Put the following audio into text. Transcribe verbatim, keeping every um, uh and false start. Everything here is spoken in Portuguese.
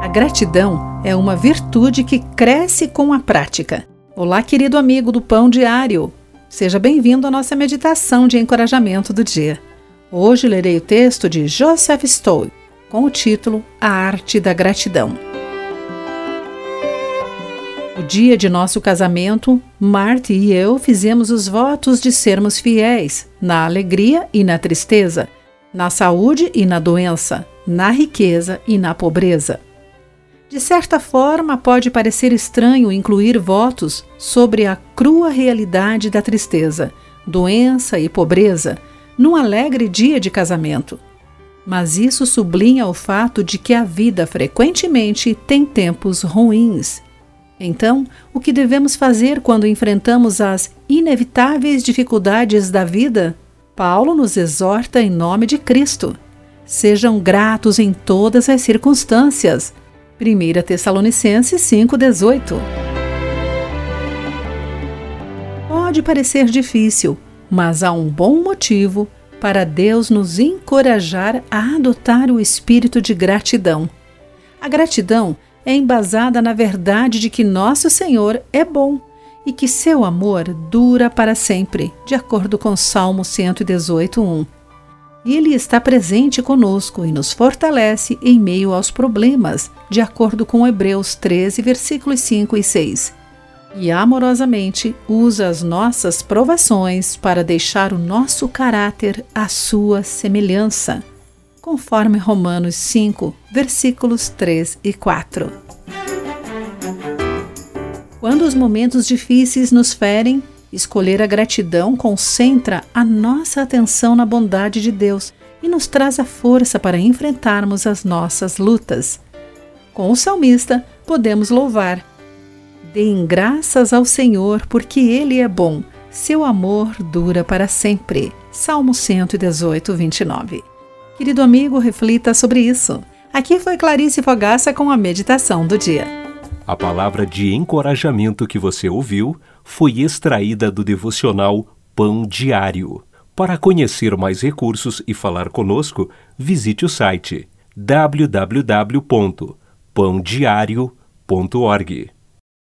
A gratidão é uma virtude que cresce com a prática. Olá, querido amigo do Pão Diário. Seja bem-vindo à nossa meditação de encorajamento do dia. Hoje lerei o texto de Joseph Stowell, com o título A Arte da Gratidão. No dia de nosso casamento, Marty e eu fizemos os votos de sermos fiéis na alegria e na tristeza, na saúde e na doença, na riqueza e na pobreza. De certa forma, pode parecer estranho incluir votos sobre a crua realidade da tristeza, doença e pobreza num alegre dia de casamento. Mas isso sublinha o fato de que a vida frequentemente tem tempos ruins. Então, o que devemos fazer quando enfrentamos as inevitáveis dificuldades da vida? Paulo nos exorta em nome de Cristo. Sejam gratos em todas as circunstâncias. primeira Tessalonicenses cinco, dezoito. Pode parecer difícil, mas há um bom motivo para Deus nos encorajar a adotar o espírito de gratidão. A gratidão é embasada na verdade de que nosso Senhor é bom e que seu amor dura para sempre, de acordo com Salmo cento e dezoito, um. Ele está presente conosco e nos fortalece em meio aos problemas, de acordo com Hebreus treze, versículos cinco e seis. E amorosamente usa as nossas provações para deixar o nosso caráter à sua semelhança, conforme Romanos cinco, versículos três e quatro. Quando os momentos difíceis nos ferem, escolher a gratidão concentra a nossa atenção na bondade de Deus e nos traz a força para enfrentarmos as nossas lutas. Com o salmista, podemos louvar: deem graças ao Senhor, porque Ele é bom, seu amor dura para sempre. Salmo cento e dezoito, vinte e nove. Querido amigo, reflita sobre isso. Aqui foi Clarice Fogaça com a meditação do dia. A palavra de encorajamento que você ouviu foi extraída do devocional Pão Diário. Para conhecer mais recursos e falar conosco, visite o site w w w ponto pão diário ponto org.